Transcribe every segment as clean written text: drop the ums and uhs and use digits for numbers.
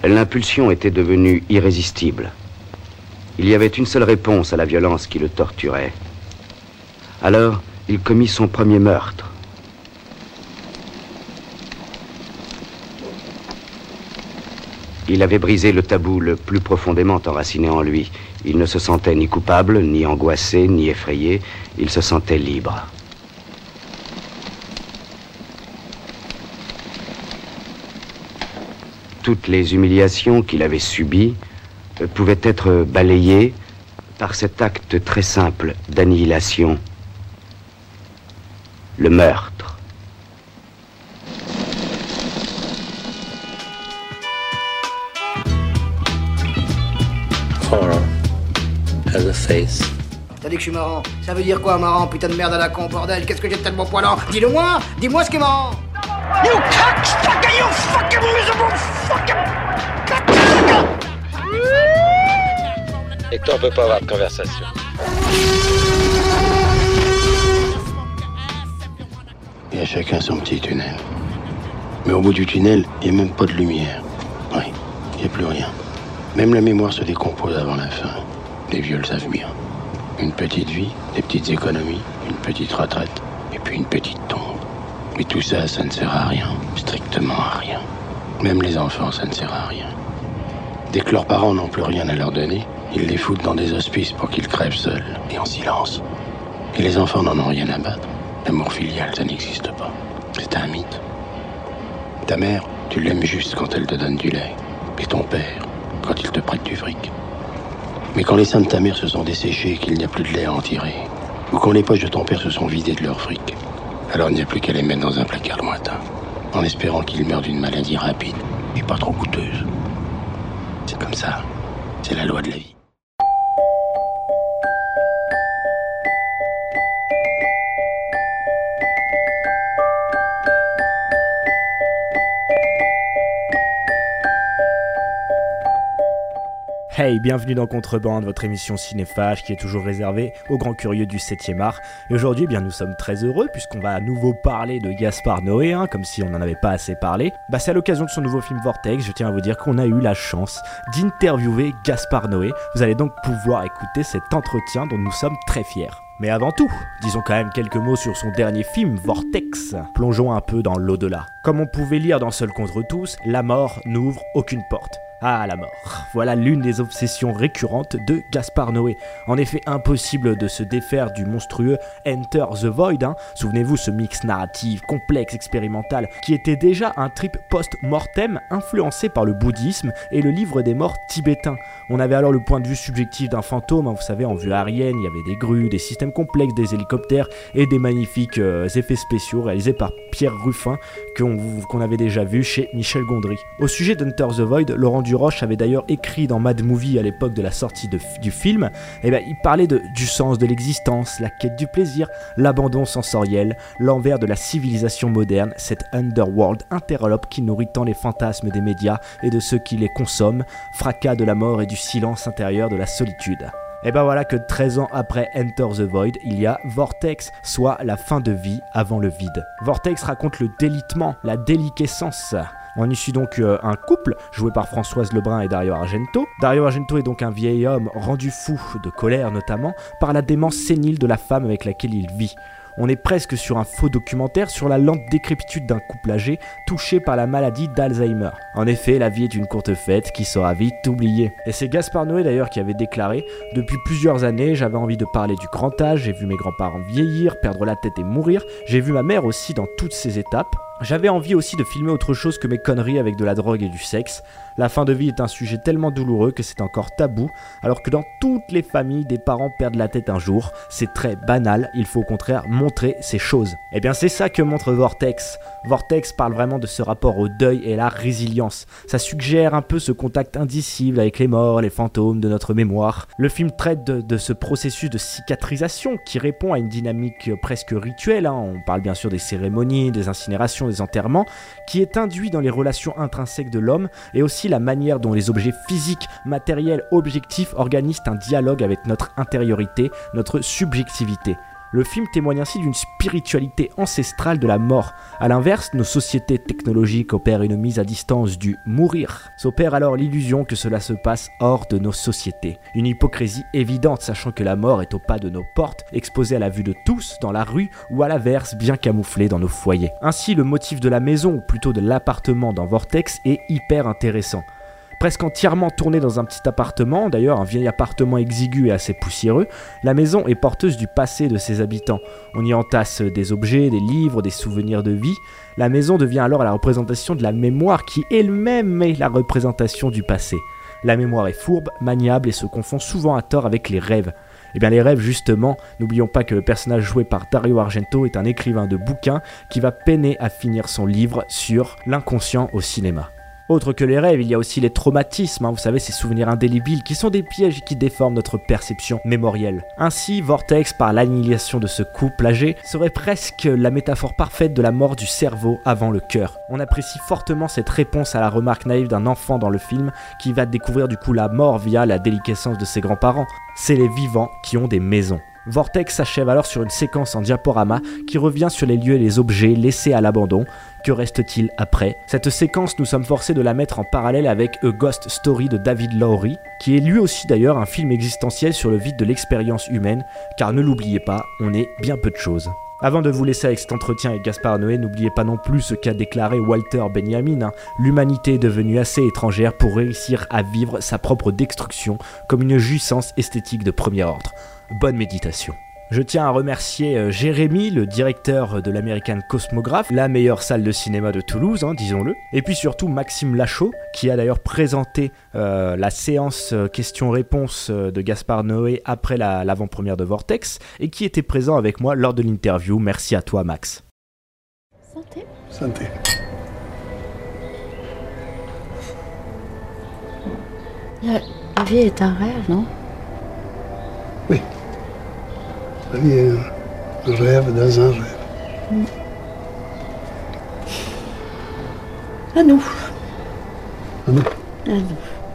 L'impulsion était devenue irrésistible. Il y avait une seule réponse à la violence qui le torturait. Alors, il commit son premier meurtre. Il avait brisé le tabou le plus profondément enraciné en lui. Il ne se sentait ni coupable, ni angoissé, ni effrayé. Il se sentait libre. Toutes les humiliations qu'il avait subies pouvaient être balayées par cet acte très simple d'annihilation, le meurtre. Horror has a face. T'as dit que je suis marrant. Ça veut dire quoi, marrant? Putain de merde à la con, bordel. Qu'est-ce que j'ai de tellement poilant? Dis-le-moi. Dis-moi ce qui est marrant. You cocksucker, you fucking miserable fucking cocksucker! Et toi, on peut pas avoir de conversation. Il y a chacun son petit tunnel. Mais au bout du tunnel, il n'y a même pas de lumière. Oui, il n'y a plus rien. Même la mémoire se décompose avant la fin. Les vieux le savent bien. Une petite vie, des petites économies, une petite retraite, et puis une petite tombe. Mais tout ça, ça ne sert à rien. Strictement à rien. Même les enfants, ça ne sert à rien. Dès que leurs parents n'ont plus rien à leur donner, ils les foutent dans des hospices pour qu'ils crèvent seuls et en silence. Et les enfants n'en ont rien à battre. L'amour filial, ça n'existe pas. C'est un mythe. Ta mère, tu l'aimes juste quand elle te donne du lait. Et ton père, quand il te prête du fric. Mais quand les seins de ta mère se sont desséchés et qu'il n'y a plus de lait à en tirer, ou quand les poches de ton père se sont vidées de leur fric, alors il n'y a plus qu'à les mettre dans un placard lointain, en espérant qu'ils meurent d'une maladie rapide et pas trop coûteuse. C'est comme ça. C'est la loi de la vie. Hey, bienvenue dans Contrebande, votre émission cinéphage qui est toujours réservée aux grands curieux du 7e art. Et aujourd'hui, nous sommes très heureux puisqu'on va à nouveau parler de Gaspard Noé, comme si on n'en avait pas assez parlé. C'est à l'occasion de son nouveau film Vortex, je tiens à vous dire qu'on a eu la chance d'interviewer Gaspard Noé. Vous allez donc pouvoir écouter cet entretien dont nous sommes très fiers. Mais avant tout, disons quand même quelques mots sur son dernier film, Vortex. Plongeons un peu dans l'au-delà. Comme on pouvait lire dans Seul contre tous, la mort n'ouvre aucune porte. Ah, la mort. Voilà l'une des obsessions récurrentes de Gaspard Noé. En effet, impossible de se défaire du monstrueux Enter the Void. Souvenez-vous, ce mix narratif, complexe, expérimental, qui était déjà un trip post-mortem influencé par le bouddhisme et le livre des morts tibétain. On avait alors le point de vue subjectif d'un fantôme, vous savez, en vue aérienne, il y avait des grues, des systèmes complexes, des hélicoptères et des magnifiques effets spéciaux réalisés par Pierre Ruffin qu'on avait déjà vu chez Michel Gondry. Au sujet d'Enter the Void, Laurent Duroche avait d'ailleurs écrit dans Mad Movie à l'époque de la sortie du film, il parlait du sens de l'existence, la quête du plaisir, l'abandon sensoriel, l'envers de la civilisation moderne, cette underworld interlope qui nourrit tant les fantasmes des médias et de ceux qui les consomment, fracas de la mort et du silence intérieur de la solitude. Et voilà que 13 ans après Enter the Void, il y a Vortex, soit la fin de vie avant le vide. Vortex raconte le délitement, la déliquescence. On y suit donc un couple, joué par Françoise Lebrun et Dario Argento. Dario Argento est donc un vieil homme rendu fou, de colère notamment, par la démence sénile de la femme avec laquelle il vit. On est presque sur un faux documentaire sur la lente décrépitude d'un couple âgé touché par la maladie d'Alzheimer. En effet, la vie est une courte fête qui sera vite oubliée. Et c'est Gaspard Noé d'ailleurs qui avait déclaré « Depuis plusieurs années, j'avais envie de parler du grand âge, j'ai vu mes grands-parents vieillir, perdre la tête et mourir, j'ai vu ma mère aussi dans toutes ces étapes. J'avais envie aussi de filmer autre chose que mes conneries avec de la drogue et du sexe. La fin de vie est un sujet tellement douloureux que c'est encore tabou, alors que dans toutes les familles, des parents perdent la tête un jour. C'est très banal, il faut au contraire montrer ces choses. Et c'est ça que montre Vortex. Vortex parle vraiment de ce rapport au deuil et à la résilience. Ça suggère un peu ce contact indicible avec les morts, les fantômes de notre mémoire. Le film traite de ce processus de cicatrisation qui répond à une dynamique presque rituelle. On parle bien sûr des cérémonies, des incinérations, des enterrements, qui est induit dans les relations intrinsèques de l'homme et aussi la manière dont les objets physiques, matériels, objectifs organisent un dialogue avec notre intériorité, notre subjectivité. Le film témoigne ainsi d'une spiritualité ancestrale de la mort. A l'inverse, nos sociétés technologiques opèrent une mise à distance du mourir. S'opère alors l'illusion que cela se passe hors de nos sociétés. Une hypocrisie évidente, sachant que la mort est au pas de nos portes, exposée à la vue de tous, dans la rue, ou à l'inverse, bien camouflée dans nos foyers. Ainsi, le motif de la maison, ou plutôt de l'appartement dans Vortex, est hyper intéressant. Presque entièrement tournée dans un petit appartement, d'ailleurs un vieil appartement exigu et assez poussiéreux, la maison est porteuse du passé de ses habitants. On y entasse des objets, des livres, des souvenirs de vie. La maison devient alors la représentation de la mémoire qui elle-même est la représentation du passé. La mémoire est fourbe, maniable et se confond souvent à tort avec les rêves. Et bien les rêves justement, n'oublions pas que le personnage joué par Dario Argento est un écrivain de bouquins qui va peiner à finir son livre sur l'inconscient au cinéma. Autre que les rêves, il y a aussi les traumatismes, vous savez, ces souvenirs indélébiles qui sont des pièges qui déforment notre perception mémorielle. Ainsi, Vortex, par l'annihilation de ce couple âgé, serait presque la métaphore parfaite de la mort du cerveau avant le cœur. On apprécie fortement cette réponse à la remarque naïve d'un enfant dans le film qui va découvrir du coup la mort via la déliquescence de ses grands-parents. C'est les vivants qui ont des maisons. Vortex s'achève alors sur une séquence en diaporama qui revient sur les lieux et les objets laissés à l'abandon. Que reste-t-il après ? Cette séquence, nous sommes forcés de la mettre en parallèle avec A Ghost Story de David Lowery, qui est lui aussi d'ailleurs un film existentiel sur le vide de l'expérience humaine, car ne l'oubliez pas, on est bien peu de choses. Avant de vous laisser avec cet entretien avec Gaspard Noé, n'oubliez pas non plus ce qu'a déclaré Walter Benjamin. L'humanité est devenue assez étrangère pour réussir à vivre sa propre destruction comme une jouissance esthétique de premier ordre. Bonne méditation. Je tiens à remercier Jérémy, le directeur de l'American Cosmograph, la meilleure salle de cinéma de Toulouse, disons-le. Et puis surtout Maxime Lachaud, qui a d'ailleurs présenté la séance questions-réponses de Gaspard Noé après l'avant-première de Vortex, et qui était présent avec moi lors de l'interview. Merci à toi, Max. Santé. Santé. La vie est un rêve, non ? Oui. La vie est un rêve dans un rêve. À nous. À nous. À nous.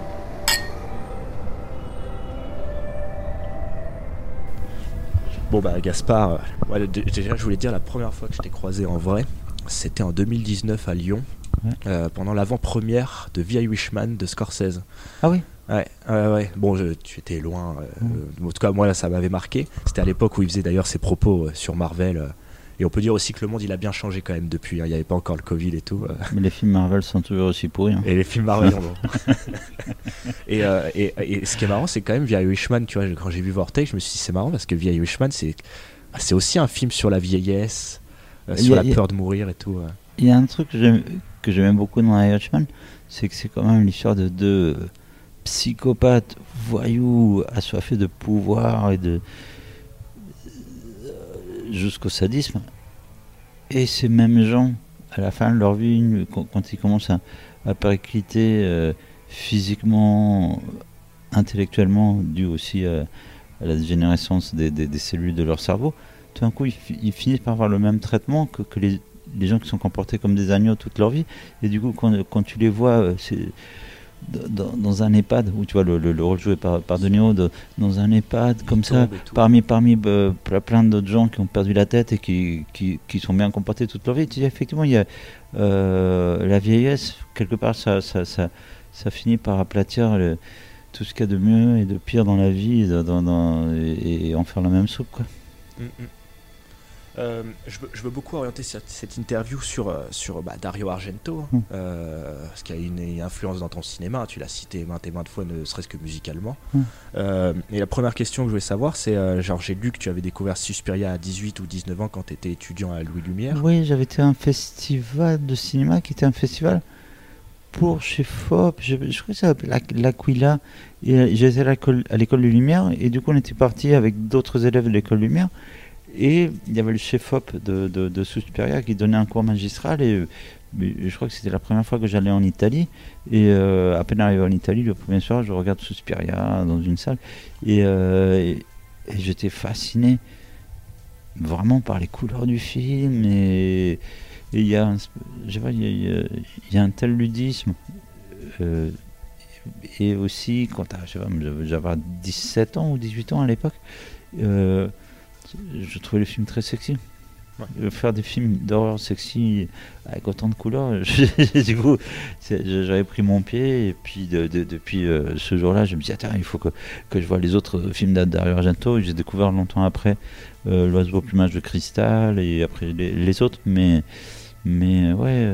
Bon bah Gaspard, déjà je voulais dire la première fois que je t'ai croisé en vrai, c'était en 2019 à Lyon, pendant l'avant-première de The Irishman de Scorsese. Ah oui. Ouais. Bon, tu étais loin. En tout cas, moi, là, ça m'avait marqué. C'était à l'époque où il faisait d'ailleurs ses propos sur Marvel. Et on peut dire aussi que le monde, il a bien changé quand même depuis. Il n'y avait pas encore le Covid et tout. Mais les films Marvel sont toujours aussi pourris. Et les films Marvel, et ce qui est marrant, c'est quand même The Irishman. Tu vois, quand j'ai vu Vortex, je me suis dit, c'est marrant parce que The Irishman, c'est aussi un film sur la vieillesse, sur la peur de mourir et tout. Il y a un truc que j'aime beaucoup dans The Irishman, c'est que c'est quand même l'histoire de deux psychopathes, voyous, assoiffés de pouvoir et jusqu'au sadisme. Et ces mêmes gens, à la fin de leur vie, quand ils commencent à péricliter physiquement, intellectuellement, dû aussi à la dégénérescence des cellules de leur cerveau, tout d'un coup ils finissent par avoir le même traitement que les gens qui sont comportés comme des agneaux toute leur vie. Et du coup quand tu les vois, c'est dans un EHPAD, où tu vois le rôle joué par De Niro, dans un EHPAD comme ça, parmi plein d'autres gens qui ont perdu la tête et qui sont bien comportés toute leur vie, tu dis effectivement il y a la vieillesse, quelque part ça finit par aplatir tout ce qu'il y a de mieux et de pire dans la vie et en faire la même soupe, quoi. Je veux beaucoup orienter cette interview sur Dario Argento, parce qu'il y a une influence dans ton cinéma, tu l'as cité maintes et maintes fois, ne serait-ce que musicalement. Et la première question que je voulais savoir, c'est, j'ai lu que tu avais découvert Suspiria à 18 ou 19 ans quand tu étais étudiant à Louis Lumière. Oui, j'avais été à un festival de cinéma qui était un festival pour chez FOP, je crois que ça s'appelait l'Aquila, et j'étais à l'école de Lumière, et du coup on était parti avec d'autres élèves de l'école Lumière. Et il y avait le chef-op de Suspiria qui donnait un cours magistral, et je crois que c'était la première fois que j'allais en Italie. Et à peine arrivé en Italie, le premier soir, je regarde Suspiria dans une salle, et j'étais fasciné vraiment par les couleurs du film, et il y a un tel ludisme. Et aussi, quand j'avais 17 ans ou 18 ans à l'époque, je trouvais le film très sexy. Faire des films d'horreur sexy avec autant de couleurs, du coup j'avais pris mon pied, et puis depuis ce jour-là je me dis attends, il faut que je vois les autres films d'Dario Argento. J'ai découvert longtemps après L'Oiseau au plumage de cristal, et après les autres, mais ouais,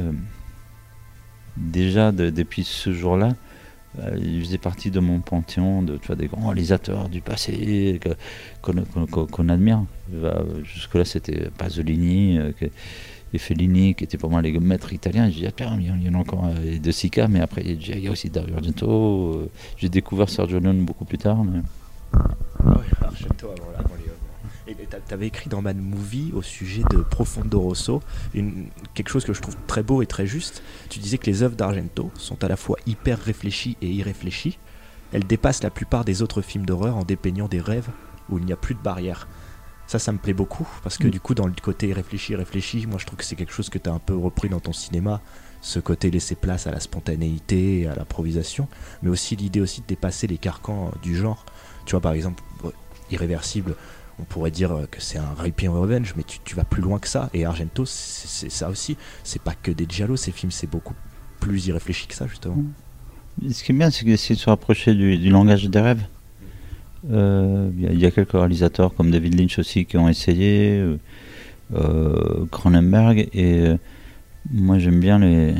déjà depuis ce jour-là il faisait partie de mon panthéon des grands réalisateurs du passé qu'on admire. Jusque-là, c'était Pasolini et Fellini qui étaient pour moi les maîtres italiens. Je dis, il y en a encore De Sica, mais après, il y a aussi Dario Argento. J'ai découvert Sergio Leone beaucoup plus tard. Mais... Oui, Argento avant les hommes. Et tu avais écrit dans Mad Movie au sujet de Profondo Rosso quelque chose que je trouve très beau et très juste. Tu disais que les œuvres d'Argento sont à la fois hyper réfléchies et irréfléchies. Elles dépassent la plupart des autres films d'horreur en dépeignant des rêves où il n'y a plus de barrières. Ça me plaît beaucoup, parce que du coup, dans le côté réfléchi, moi je trouve que c'est quelque chose que tu as un peu repris dans ton cinéma, ce côté laisser place à la spontanéité et à l'improvisation, mais aussi l'idée aussi de dépasser les carcans du genre. Tu vois, par exemple, Irréversible, on pourrait dire que c'est un Requiem Revenge, mais tu vas plus loin que ça. Et Argento, c'est ça aussi. C'est pas que des giallo, ces films, c'est beaucoup plus irréfléchi que ça, justement. Ce qui est bien, c'est d'essayer de se rapprocher du langage des rêves. Il y a quelques réalisateurs comme David Lynch aussi qui ont essayé, Cronenberg, et moi j'aime bien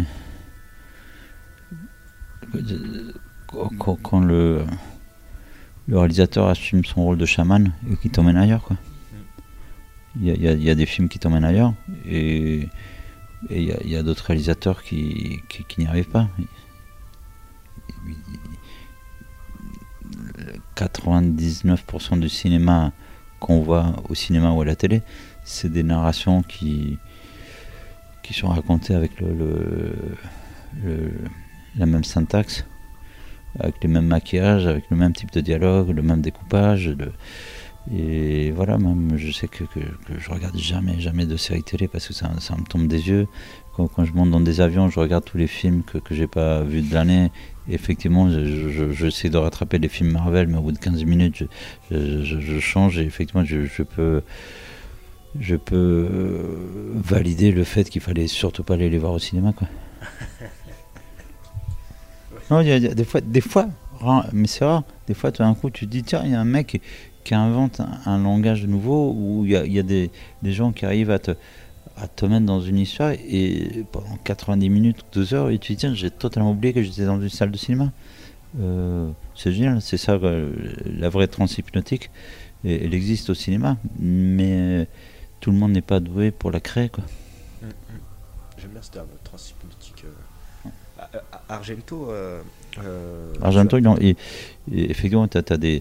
quand le réalisateur assume son rôle de chaman et qui t'emmène ailleurs, quoi. Il y a des films qui t'emmènent ailleurs, et il y a d'autres réalisateurs qui n'y arrivent pas. 99% du cinéma qu'on voit au cinéma ou à la télé, c'est des narrations qui sont racontées avec la même syntaxe, avec les mêmes maquillages, avec le même type de dialogue, le même découpage. Et voilà, même je sais que je regarde jamais de séries télé parce que ça me tombe des yeux. Quand je monte dans des avions, je regarde tous les films que j'ai pas vus de l'année. Et effectivement, j'essaie de rattraper les films Marvel, mais au bout de 15 minutes, je change, et effectivement, je peux valider le fait qu'il fallait surtout pas aller les voir au cinéma, quoi. Non, il y a des fois, mais c'est rare. Des fois, tout d'un coup, tu te dis, tiens, il y a un mec qui invente un langage nouveau, où il y a des gens qui arrivent à te mettre dans une histoire, et pendant 90 minutes, 2 heures, et tu te dis, tiens, j'ai totalement oublié que j'étais dans une salle de cinéma. C'est génial, c'est ça, la vraie transe hypnotique. Et elle existe au cinéma, mais tout le monde n'est pas doué pour la créer, quoi. J'aime bien ce terme, transhypnotique. Argento, effectivement, t'as des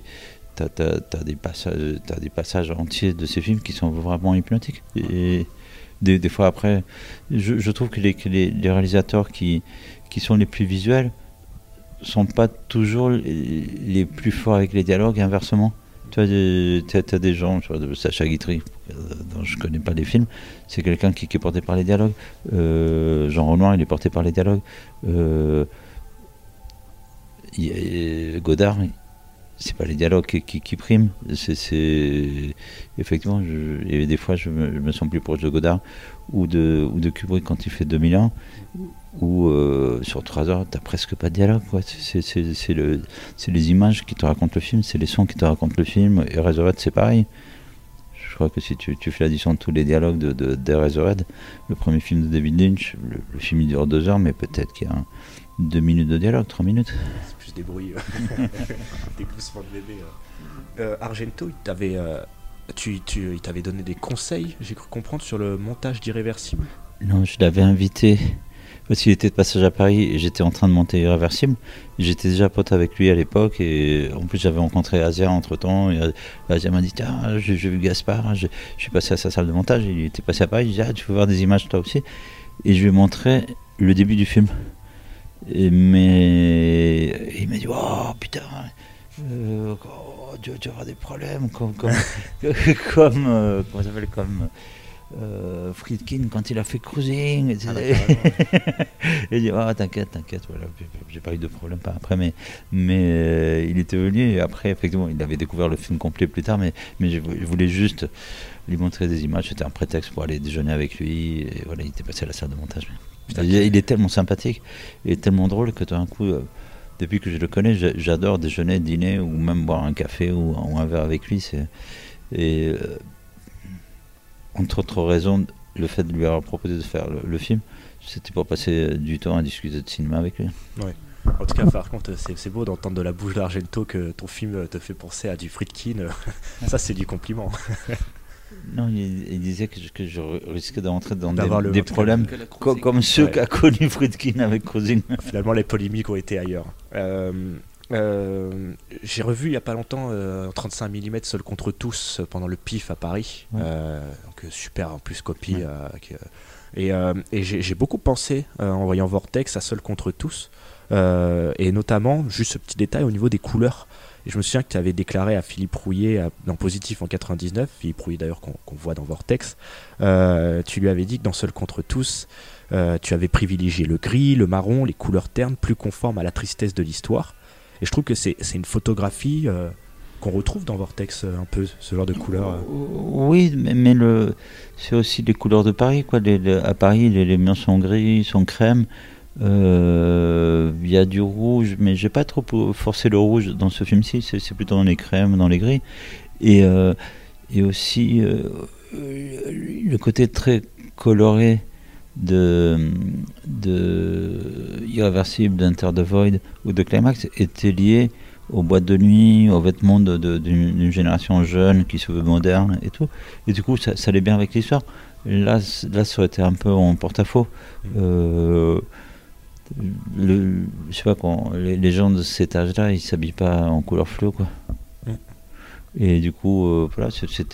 passages entiers de ces films qui sont vraiment hypnotiques. Et des fois après, je trouve que les réalisateurs qui sont les plus visuels sont pas toujours les plus forts avec les dialogues, et inversement. Tu vois, t'as des gens, tu vois, de Sacha Guitry, dont je connais pas les films, c'est quelqu'un qui est porté par les dialogues. Jean Renoir, il est porté par les dialogues. Godard, c'est pas les dialogues qui priment. C'est effectivement, et des fois je me sens plus proche de Godard ou de Kubrick quand il fait 2000 ans, où sur 3 heures t'as presque pas de dialogue, quoi. C'est les images qui te racontent le film, c'est les sons qui te racontent le film. Et Eraserhead, c'est pareil. Je crois que si tu fais l'addition de tous les dialogues d'Eraserhead, le premier film de David Lynch, le film il dure 2 heures, mais peut-être qu'il y a 2 minutes de dialogue, 3 minutes. C'est plus des bruits, des gloussements de bébé. Argento, il t'avait donné des conseils, j'ai cru comprendre, sur le montage d'Irréversible. Non, je l'avais invité parce qu'il était de passage à Paris et j'étais en train de monter Irréversible. J'étais déjà pote avec lui à l'époque, et en plus j'avais rencontré Asia entre temps, et Asia m'a dit tiens, j'ai vu Gaspard, je suis passé à sa salle de montage, il était passé à Paris, je dis tu veux voir des images toi aussi, et je lui ai montré le début du film. Mais il m'a dit oh putain, tu vas avoir des problèmes comme comment ça s'appelle, comme Friedkin quand il a fait Cruising, et il dit t'inquiète, voilà, j'ai pas eu de problème après, mais il était venu et après effectivement il avait découvert le film complet plus tard, mais je voulais juste lui montrer des images, c'était un prétexte pour aller déjeuner avec lui, et voilà, il était passé à la salle de montage. Il est tellement sympathique et tellement drôle que tout d'un coup, depuis que je le connais, j'adore déjeuner, dîner ou même boire un café ou un verre avec lui. Entre autres raisons, le fait de lui avoir proposé de faire le film, c'était pour passer du temps à discuter de cinéma avec lui. Ouais. En tout cas, par contre, c'est beau d'entendre de la bouche d'Argento que ton film te fait penser à du Friedkin. Ça, c'est du compliment. Non, il disait que je risquais d'entrer dans des problèmes comme ceux qu'a connu Friedkin avec Cruising. Finalement, les polémiques ont été ailleurs. J'ai revu il n'y a pas longtemps 35 mm Seul contre tous pendant le PIF à Paris. Donc super en plus copie. Et j'ai beaucoup pensé en voyant Vortex à Seul contre tous. Et notamment, juste ce petit détail au niveau des couleurs. Et je me souviens que tu avais déclaré à Philippe Rouillet dans Positif en 99, Philippe Rouillet d'ailleurs qu'on voit dans Vortex, tu lui avais dit que dans Seul contre tous, tu avais privilégié le gris, le marron, les couleurs ternes plus conformes à la tristesse de l'histoire. Et je trouve que c'est une photographie qu'on retrouve dans Vortex, un peu ce genre de couleurs. Oui, mais c'est aussi les couleurs de Paris, quoi. À Paris, les murs sont gris, sont crème. Il y a du rouge, mais j'ai pas trop forcé le rouge dans ce film-ci, c'est plutôt dans les crèmes, dans les gris, et aussi le côté très coloré de Irréversible, d'Enter the Void ou de Climax était lié aux boîtes de nuit, aux vêtements d'une génération jeune qui se veut moderne et tout, et du coup ça allait bien avec l'histoire. Là ça aurait été un peu en porte-à-faux. Je sais pas, quand les gens de cet âge-là, ils s'habillent pas en couleur fluo, quoi. Et du coup, voilà,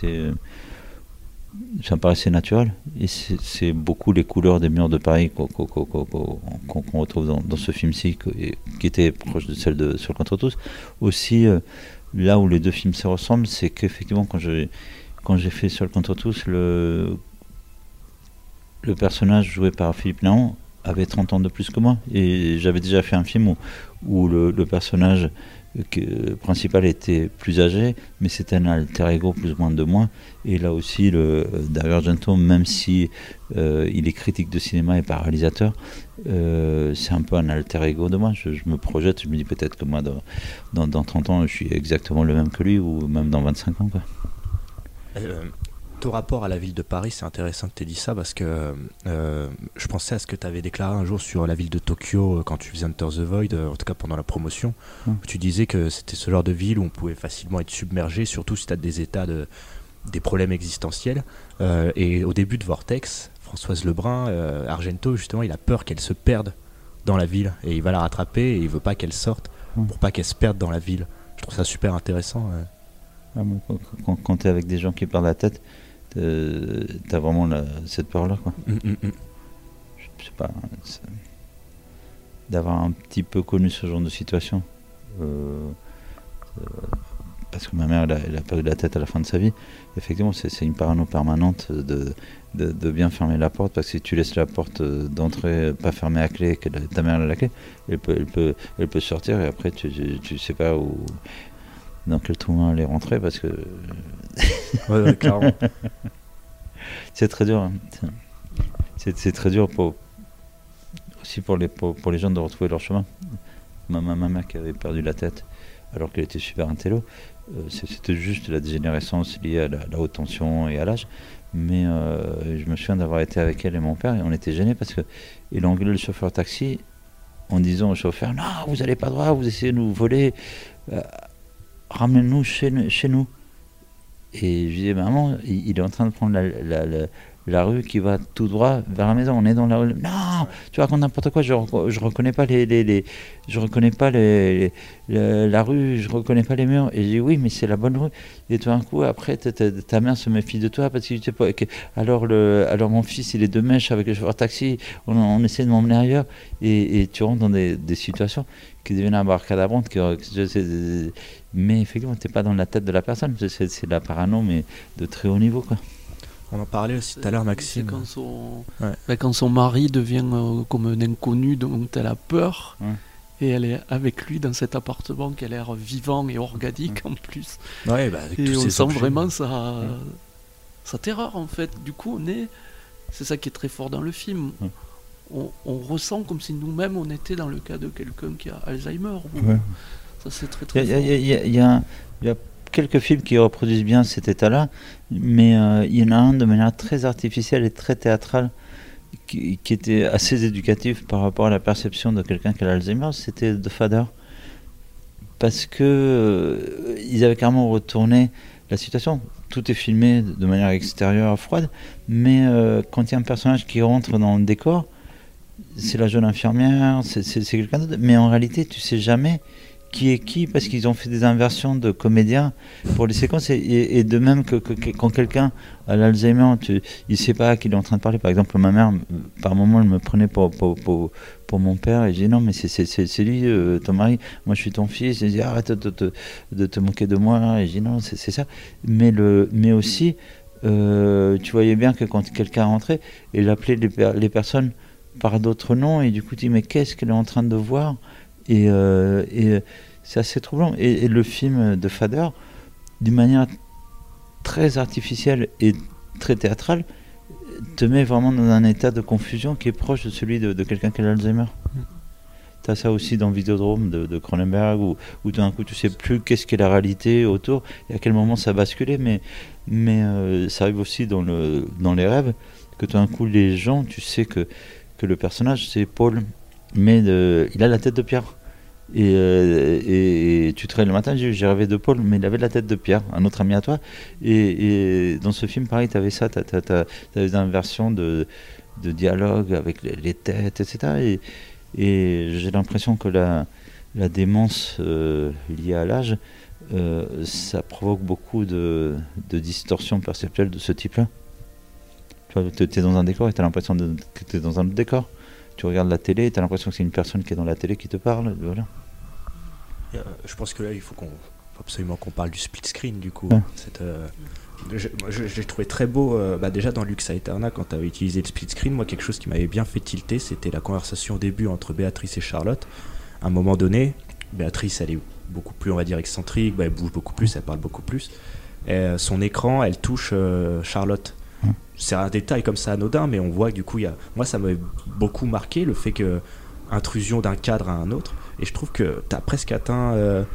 ça me paraissait naturel. Et c'est beaucoup les couleurs des murs de Paris qu'on retrouve dans ce film-ci, qui était proche de celle de Seul contre tous. Aussi, là où les deux films se ressemblent, c'est qu'effectivement, quand j'ai fait Seul contre tous, le personnage joué par Philippe Laon avait 30 ans de plus que moi, et j'avais déjà fait un film où le personnage principal était plus âgé, mais c'était un alter ego plus ou moins de moi. Et là aussi, Dario Argento, même si il est critique de cinéma et pas réalisateur, c'est un peu un alter ego de moi. Je me projette, je me dis peut-être que moi dans 30 ans je suis exactement le même que lui, ou même dans 25 ans, quoi. Ton rapport à la ville de Paris, c'est intéressant que tu aies dit ça, parce que je pensais à ce que tu avais déclaré un jour sur la ville de Tokyo quand tu faisais Enter the Void, en tout cas pendant la promotion, où tu disais que c'était ce genre de ville où on pouvait facilement être submergé, surtout si tu as des problèmes existentiels. Et au début de Vortex, Françoise Lebrun, Argento, justement, il a peur qu'elle se perde dans la ville, et il va la rattraper, et il veut pas qu'elle sorte pour pas qu'elle se perde dans la ville. Je trouve ça super intéressant. Quand tu es avec des gens qui perdent la tête, t'as vraiment cette peur-là, quoi. Je sais pas, d'avoir un petit peu connu ce genre de situation, parce que ma mère elle a perdu la tête à la fin de sa vie. Effectivement, c'est une parano permanente de bien fermer la porte, parce que si tu laisses la porte d'entrée pas fermée à clé, que ta mère a la clé, elle peut sortir, et après tu sais pas dans quel trou elle est rentrée, parce que ouais, clairement. C'est très dur, hein. C'est très dur aussi pour les gens de retrouver leur chemin. Ma mère qui avait perdu la tête alors qu'elle était super intello, c'était juste la dégénérescence liée à la haute tension et à l'âge, mais je me souviens d'avoir été avec elle et mon père, et on était gênés parce qu'il a engueulé le chauffeur taxi en disant au chauffeur: non, vous n'allez pas droit, vous essayez de nous voler, ramenez-nous chez nous. Et je disais: maman, il est en train de prendre la rue qui va tout droit vers la maison, on est dans la rue. Non, tu racontes n'importe quoi, je reconnais pas je reconnais pas la rue, je reconnais pas les murs. Et je dis: oui, mais c'est la bonne rue. Et tout d'un coup, après, ta mère se méfie de toi parce que tu sais pas. Alors mon fils, il est de mèche avec le chauffeur taxi, on essaie de m'emmener ailleurs, et tu rentres dans des situations qui deviennent abracadabrantes, mais effectivement, t'es pas dans la tête de la personne, c'est de la parano, mais de très haut niveau, quoi. On en parlait aussi tout à l'heure, Maxime. C'est quand son mari devient comme un inconnu dont elle a peur, et elle est avec lui dans cet appartement qui a l'air vivant et organique en plus. Ouais, bah, avec et tous on ces sent objets. vraiment sa terreur en fait. Du coup, c'est ça qui est très fort dans le film. On ressent comme si nous-mêmes on était dans le cas de quelqu'un qui a Alzheimer. Ça c'est très très fort. Il y a quelques films qui reproduisent bien cet état-là, mais il y en a un de manière très artificielle et très théâtrale qui était assez éducatif par rapport à la perception de quelqu'un qui a l'Alzheimer, c'était The Father. Parce que ils avaient carrément retourné la situation. Tout est filmé de manière extérieure, froide, mais quand il y a un personnage qui rentre dans le décor, c'est la jeune infirmière, c'est quelqu'un d'autre, mais en réalité, tu sais jamais qui est qui, parce qu'ils ont fait des inversions de comédiens pour les séquences, et de même que quand quelqu'un a l'Alzheimer, il sait pas à qui il est en train de parler. Par exemple, ma mère, par moment, elle me prenait pour mon père, et je dis non, mais c'est lui, ton mari, moi je suis ton fils, et je dis arrête de te moquer de moi, et je dis non, c'est ça. Mais aussi, tu voyais bien que quand quelqu'un rentrait, il appelait les personnes par d'autres noms, et du coup tu dis mais qu'est-ce qu'elle est en train de voir, et c'est assez troublant. Et le film de Fader, d'une manière très artificielle et très théâtrale, te met vraiment dans un état de confusion qui est proche de celui de quelqu'un qui a l'Alzheimer. Tu as ça aussi dans Vidéodrome de Cronenberg, où d'un coup tu sais plus qu'est-ce qu'est la réalité autour et à quel moment ça basculait, mais ça arrive aussi dans les rêves, que tout d'un coup les gens, tu sais que le personnage c'est Paul, mais il a la tête de Pierre. Et tu te réveilles le matin, j'ai rêvé de Paul, mais il avait la tête de Pierre, un autre ami à toi. Et dans ce film, pareil, tu avais ça, tu avais des inversions de dialogue avec les têtes, etc. Et j'ai l'impression que la démence liée à l'âge, ça provoque beaucoup de distorsions perceptuelles de ce type-là. Tu es dans un décor et tu as l'impression que tu es dans un autre décor. Tu regardes la télé et tu as l'impression que c'est une personne qui est dans la télé qui te parle. Voilà. Je pense que là, il faut absolument qu'on parle du split screen, du coup. Ouais. J'ai trouvé très beau, déjà dans Lux Aeterna, quand tu avais utilisé le split screen, moi, quelque chose qui m'avait bien fait tilter, c'était la conversation au début entre Béatrice et Charlotte. À un moment donné, Béatrice, elle est beaucoup plus, on va dire, excentrique, elle bouge beaucoup plus, elle parle beaucoup plus. Et, son écran, elle touche Charlotte. C'est un détail comme ça anodin, mais on voit que du coup, moi ça m'avait beaucoup marqué le fait que intrusion d'un cadre à un autre, et je trouve que tu as presque atteint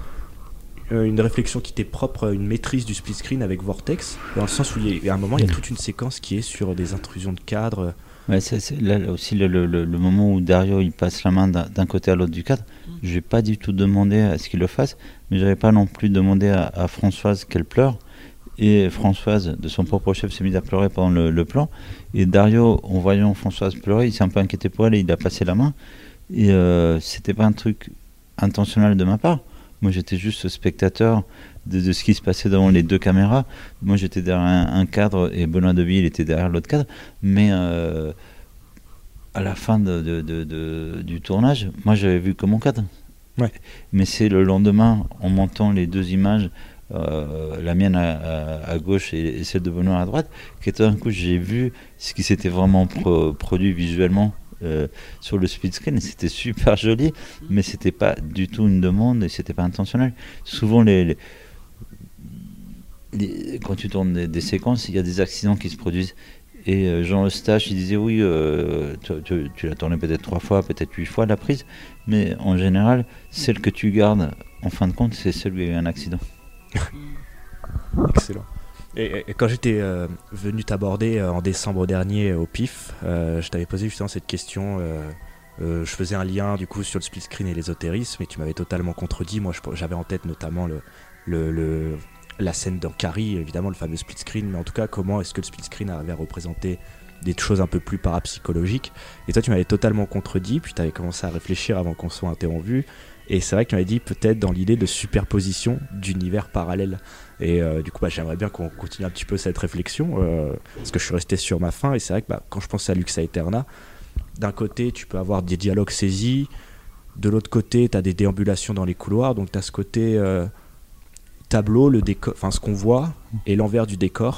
une réflexion qui t'est propre, une maîtrise du split screen avec Vortex, dans le sens où à un moment il y a toute une séquence qui est sur des intrusions de cadre. Ouais, c'est là aussi le moment où Dario il passe la main d'un côté à l'autre du cadre. Je n'ai pas du tout demandé à ce qu'il le fasse, mais j'avais pas non plus demandé à Françoise qu'elle pleure. Et Françoise, de son propre chef, s'est mise à pleurer pendant le plan. Et Dario, en voyant Françoise pleurer, il s'est un peu inquiété pour elle et il a passé la main. Et c'était pas un truc intentionnel de ma part. Moi, j'étais juste spectateur de ce qui se passait devant les deux caméras. Moi, j'étais derrière un cadre et Benoît Deville était derrière l'autre cadre. Mais à la fin du tournage, moi, j'avais vu que mon cadre. Ouais. Mais c'est le lendemain, en montant les deux images, la mienne à gauche et celle de Benoît à droite, que tout d'un coup j'ai vu ce qui s'était vraiment produit visuellement sur le split screen, et c'était super joli, mais c'était pas du tout une demande et c'était pas intentionnel. Souvent quand tu tournes des séquences, il y a des accidents qui se produisent, et Jean Eustache il disait oui, tu l'as tourné peut-être 3 fois, peut-être 8 fois la prise, mais en général celle que tu gardes en fin de compte c'est celle où il y a eu un accident. Excellent. Et quand j'étais venu t'aborder en décembre dernier au PIF, je t'avais posé justement cette question. Je faisais un lien du coup sur le split screen et l'ésotérisme, et tu m'avais totalement contredit. Moi, j'avais en tête notamment la scène dans Carrie, évidemment le fameux split screen, mais en tout cas comment est-ce que le split screen avait représenté des choses un peu plus parapsychologiques. Et toi, tu m'avais totalement contredit, puis tu avais commencé à réfléchir avant qu'on soit interrompu. Et c'est vrai que tu m'avais dit peut-être dans l'idée de superposition d'univers parallèles. Et du coup, j'aimerais bien qu'on continue un petit peu cette réflexion, parce que je suis resté sur ma fin. Et c'est vrai que quand je pense à Lux Aeterna, d'un côté, tu peux avoir des dialogues saisis, de l'autre côté, tu as des déambulations dans les couloirs, donc tu as ce côté tableau, le décor, enfin ce qu'on voit, et l'envers du décor.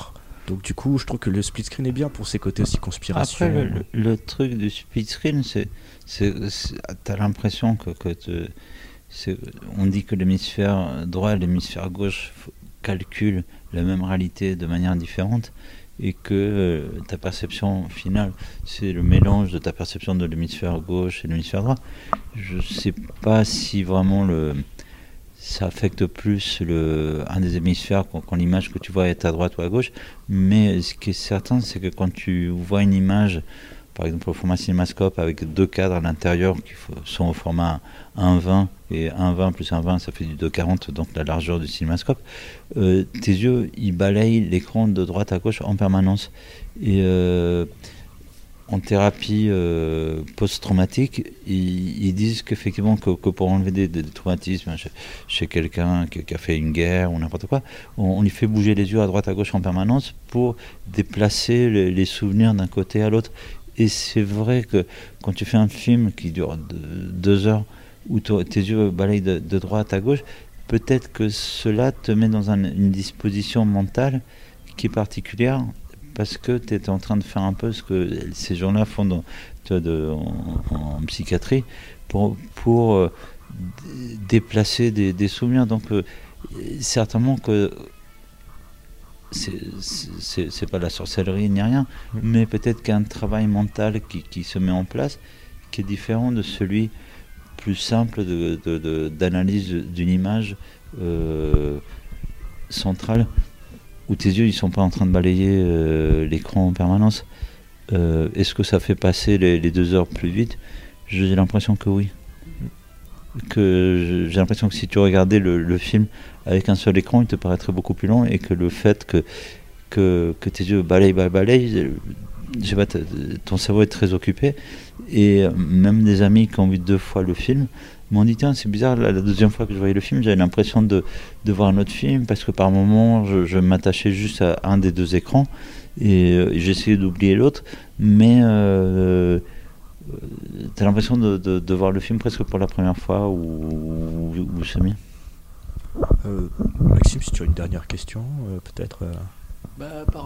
Donc du coup, je trouve que le split screen est bien pour ses côtés aussi conspiration. Après, le truc du split screen, t'as l'impression on dit que l'hémisphère droit et l'hémisphère gauche calculent la même réalité de manière différente, et que ta perception finale, c'est le mélange de ta perception de l'hémisphère gauche et l'hémisphère droit. Je sais pas si vraiment ça affecte plus un des hémisphères quand l'image que tu vois est à droite ou à gauche, mais ce qui est certain, c'est que quand tu vois une image, par exemple au format cinémascope avec 2 cadres à l'intérieur qui sont au format 1.20, et 1.20 plus 1.20 ça fait du 2.40, donc la largeur du cinémascope, tes yeux ils balayent l'écran de droite à gauche en permanence. Et en thérapie post-traumatique, ils disent qu'effectivement que pour enlever des traumatismes chez quelqu'un qui a fait une guerre ou n'importe quoi, on lui fait bouger les yeux à droite à gauche en permanence pour déplacer les souvenirs d'un côté à l'autre. Et c'est vrai que quand tu fais un film qui dure 2 heures, où tes yeux balayent de droite à gauche, peut-être que cela te met dans une disposition mentale qui est particulière, parce que tu es en train de faire un peu ce que ces gens-là font en psychiatrie pour déplacer des souvenirs. Donc certainement que c'est pas la sorcellerie ni rien, mais peut-être qu'il y a un travail mental qui se met en place, qui est différent de celui plus simple d'analyse d'une image centrale, où tes yeux ils sont pas en train de balayer l'écran en permanence. Est-ce que ça fait passer les 2 heures plus vite? J'ai l'impression que oui. J'ai l'impression que si tu regardais le film avec un seul écran, il te paraîtrait beaucoup plus long, et que le fait que tes yeux balayent, je sais pas, ton cerveau est très occupé. Et même des amis qui ont vu 2 fois le film m'ont dit tiens, c'est bizarre, la 2e fois que je voyais le film, j'avais l'impression de voir un autre film, parce que par moments je m'attachais juste à un des 2 écrans, et j'essayais d'oublier l'autre, mais t'as l'impression de voir le film presque pour la première fois ou semi. Maxime, si tu as une dernière question, peut-être. Par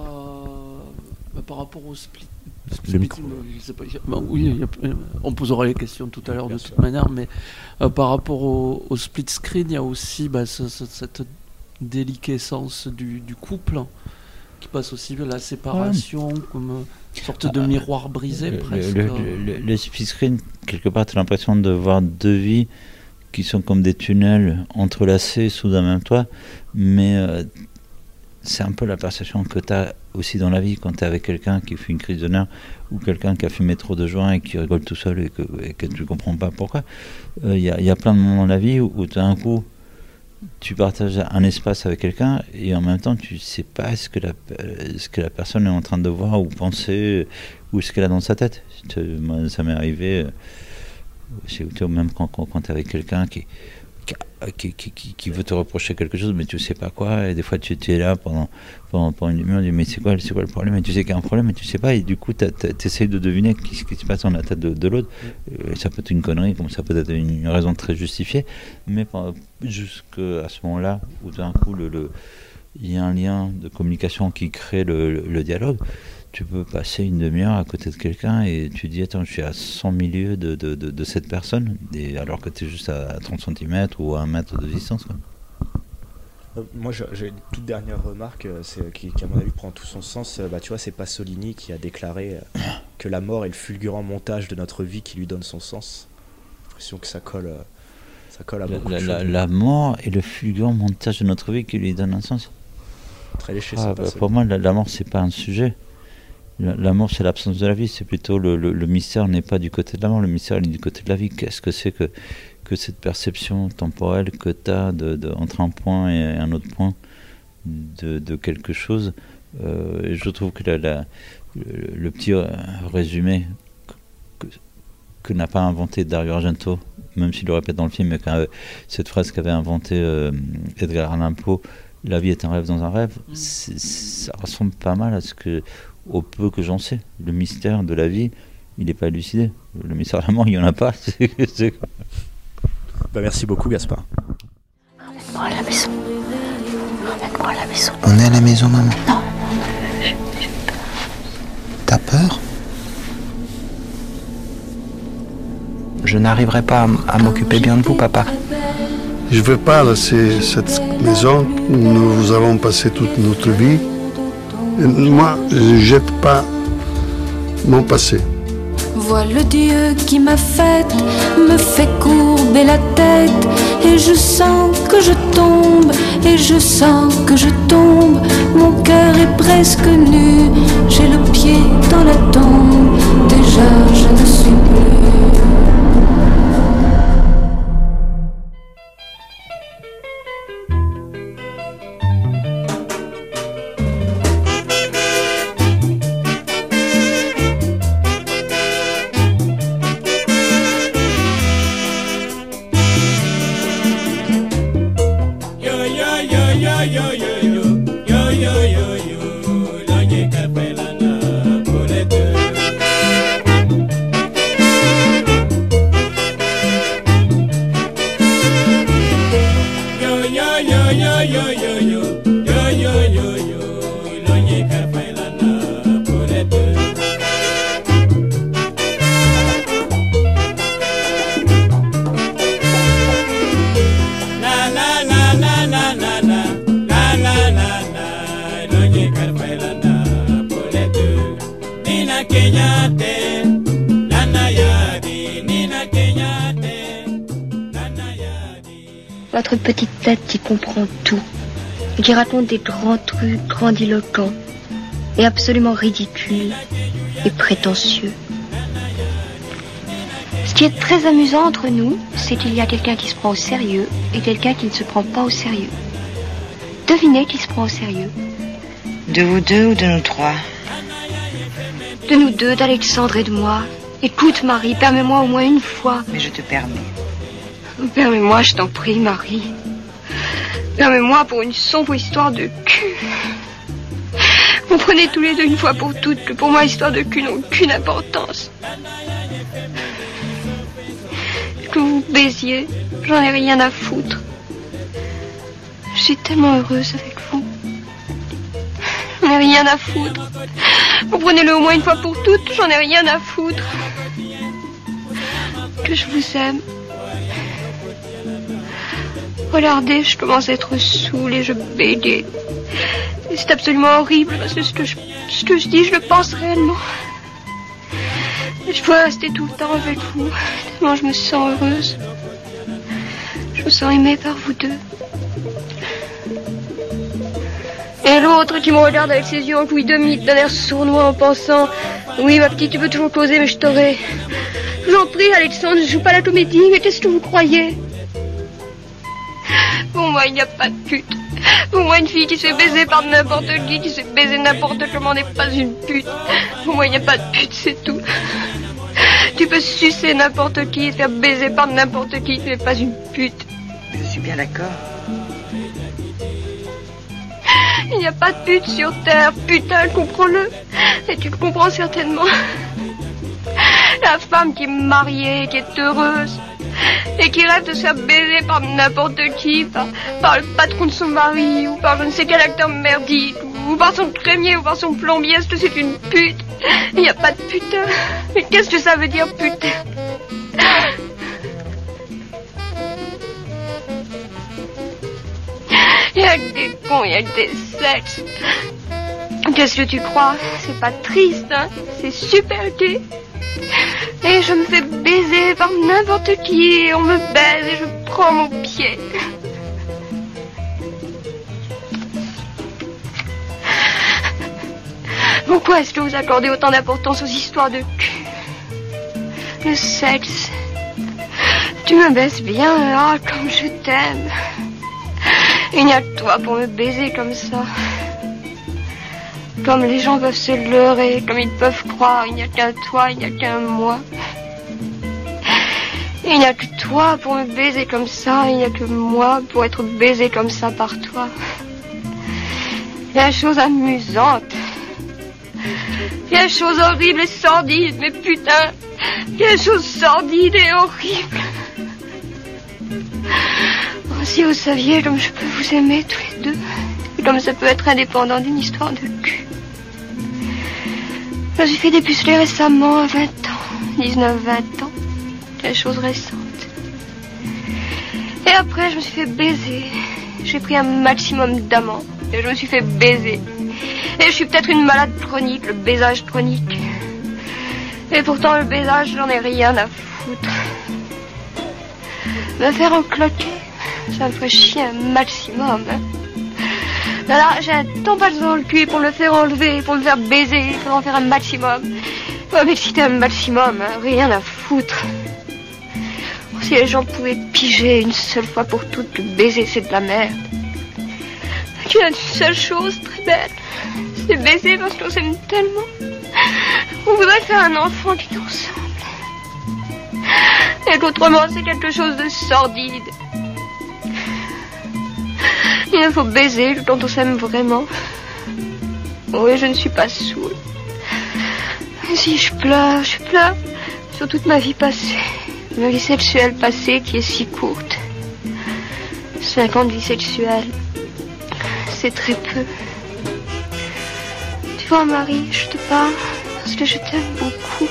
rapport au split. Le micro. Oui, on posera les questions tout à l'heure de toute manière, mais par rapport au split screen, il y a aussi cette déliquescence du couple qui passe aussi à la séparation, comme une sorte de miroir brisé presque. Le split screen, quelque part, tu as l'impression de voir 2 vies qui sont comme des tunnels entrelacés sous un même toit, mais c'est un peu la perception que tu as aussi dans la vie quand tu es avec quelqu'un qui fait une crise de nerfs, ou quelqu'un qui a fumé trop de joints et qui rigole tout seul et que tu ne comprends pas pourquoi. Il y a plein de moments dans la vie où d'un coup tu partages un espace avec quelqu'un, et en même temps tu ne sais pas ce que la personne est en train de voir ou penser, ou ce qu'elle a dans sa tête. Moi, ça m'est arrivé, même quand tu es avec quelqu'un qui veut te reprocher quelque chose, mais tu ne sais pas quoi, et des fois tu es là pendant une demi-heure, tu dis mais c'est quoi le problème, et tu sais qu'il y a un problème, mais tu ne sais pas, et du coup tu essaies de deviner ce qui se passe dans la tête de l'autre. Ça peut être une connerie, comme ça peut être une raison très justifiée, mais jusqu'à ce moment-là où d'un coup il y a un lien de communication qui crée le dialogue. Tu peux passer une demi-heure à côté de quelqu'un et tu dis attends, je suis à 100 milieux de cette personne, et alors que tu es juste à 30 cm ou à 1 mètre de distance, quoi. Moi j'ai une toute dernière remarque, qui à mon avis prend tout son sens. Tu vois, c'est Pasolini qui a déclaré que la mort est le fulgurant montage de notre vie qui lui donne son sens. J'ai l'impression que ça colle à beaucoup de choses. La mort est le fulgurant montage de notre vie qui lui donne un sens. Très léché, pour moi la mort c'est pas un sujet. La mort, c'est l'absence de la vie, c'est plutôt le mystère n'est pas du côté de la mort, le mystère est du côté de la vie. Qu'est-ce que c'est que cette perception temporelle que tu as entre un point et un autre point de quelque chose. Et je trouve que le petit résumé que n'a pas inventé Dario Argento, même s'il le répète dans le film, mais cette phrase qu'avait inventée Edgar Allan Poe, la vie est un rêve dans un rêve, ça ressemble pas mal au peu que j'en sais. Le mystère de la vie, il n'est pas élucidé. Le mystère de la mort, il n'y en a pas. Merci beaucoup, Gaspard. Emmène-moi à la maison. Emmène-moi à la maison. On est à la maison, maman? Non. peur. Je n'arriverai pas à m'occuper bien de vous, papa. Je ne veux pas laisser cette maison. Nous avons passé toute notre vie. Et moi, je ne jette pas mon passé. Vois le Dieu qui m'a faite, me fait courber la tête. Et je sens que je tombe, et je sens que je tombe. Mon cœur est presque nu, j'ai le pied dans la tombe. Déjà je ne suis plus. Votre petite tête qui comprend tout, et qui raconte des grands trucs grandiloquents, et absolument ridicules, et prétentieux. Ce qui est très amusant entre nous, c'est qu'il y a quelqu'un qui se prend au sérieux, et quelqu'un qui ne se prend pas au sérieux. Devinez qui se prend au sérieux. De vous deux ou de nous trois? De nous deux, d'Alexandre et de moi. Écoute, Marie, permets-moi au moins une fois. Mais je te permets. Permets-moi, je t'en prie, Marie. Permets-moi pour une sombre histoire de cul. Comprenez tous les deux une fois pour toutes que pour moi, histoire de cul n'a aucune importance. Que vous baisiez, j'en ai rien à foutre. Je suis tellement heureuse avec vous. J'en ai rien à foutre. Comprenez-le au moins une fois pour toutes, j'en ai rien à foutre. Que je vous aime. Regardez, je commence à être saoule et je bégaye. Et c'est absolument horrible parce que ce que je dis, je le pense réellement. Et je peux rester tout le temps avec vous, tellement je me sens heureuse. Je me sens aimée par vous deux. Et l'autre qui me regarde avec ses yeux en couille de mythe, d'un air sournois en pensant: oui, ma petite, tu peux toujours causer, mais je t'aurai. Je vous en prie, Alexandre, je joue pas la comédie, mais qu'est-ce que vous croyez? Pour moi, il n'y a pas de pute. Pour moi, une fille qui se fait baiser par n'importe qui se fait baiser n'importe comment n'est pas une pute. Pour moi, il n'y a pas de pute, c'est tout. Tu peux sucer n'importe qui et te faire baiser par n'importe qui, tu n'es pas une pute. Je suis bien d'accord. Il n'y a pas de pute sur Terre, putain, comprends-le. Et tu le comprends certainement. La femme qui est mariée, qui est heureuse, et qui rêve de se faire baiser par n'importe qui, par le patron de son mari, ou par je ne sais quel acteur merdique, ou par son crémier, ou par son plombier, est-ce que c'est une pute? Il n'y a pas de putain. Mais qu'est-ce que ça veut dire, putain? Il y a que des cons, il y a que des sexes. Qu'est-ce que tu crois? C'est pas triste, hein? C'est super gai. Et je me fais baiser par n'importe qui, et on me baise et je prends mon pied. Pourquoi est-ce que vous accordez autant d'importance aux histoires de cul? Le sexe. Tu me baises bien, ah, comme je t'aime. Il n'y a que toi pour me baiser comme ça. Comme les gens peuvent se leurrer, comme ils peuvent croire, il n'y a qu'un toi, il n'y a qu'un moi. Il n'y a que toi pour me baiser comme ça, il n'y a que moi pour être baisé comme ça par toi. Il y a des choses amusantes. Il y a des choses horribles et sordides, mais putain, il y a des choses sordides et horribles. Oh, si vous saviez comme je peux vous aimer tous les deux, et comme ça peut être indépendant d'une histoire de cul. Je me suis fait dépuceler récemment à 20 ans. 19-20 ans. Des choses récentes. Et après, je me suis fait baiser. J'ai pris un maximum d'amants. Et je me suis fait baiser. Et je suis peut-être une malade chronique, le baisage chronique. Et pourtant, le baisage, j'en ai rien à foutre. Me faire encloquer, ça me ferait chier un maximum. Hein. Là, j'ai un tampage dans le cul pour me le faire enlever, pour me faire baiser, pour en faire un maximum. Pour m'exciter un maximum, hein. Rien à foutre. Si les gens pouvaient piger une seule fois pour toutes que baiser, c'est de la merde. Qu'il y a une seule chose très belle, c'est baiser parce qu'on s'aime tellement. On voudrait faire un enfant qui nous ressemble. Et qu'autrement, c'est quelque chose de sordide. Il nous faut baiser quand on s'aime vraiment. Oui, je ne suis pas saoule. Si je pleure sur toute ma vie passée. Ma vie sexuelle passée qui est si courte. 5 ans de vie sexuelle. C'est très peu. Tu vois, Marie, je te parle parce que je t'aime beaucoup.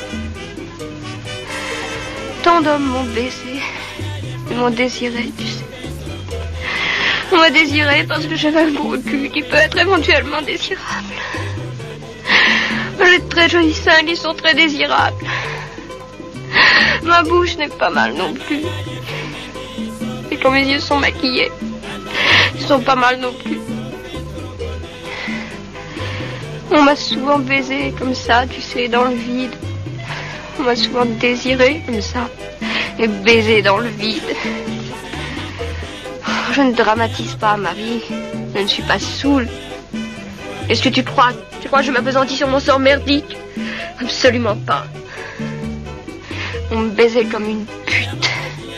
Tant d'hommes m'ont baisé. Ils m'ont désiré, tu sais. On m'a désiré parce que j'avais un gros cul qui peut être éventuellement désirable. J'ai de très jolis seins qui sont très désirables. Ma bouche n'est pas mal non plus. Et quand mes yeux sont maquillés, ils sont pas mal non plus. On m'a souvent baisé comme ça, tu sais, dans le vide. On m'a souvent désiré comme ça. Et baisé dans le vide. Je ne dramatise pas, Marie. Je ne suis pas saoule. Est-ce que tu crois? Tu crois que je m'appesantis sur mon sort merdique? Absolument pas. On me baisait comme une pute.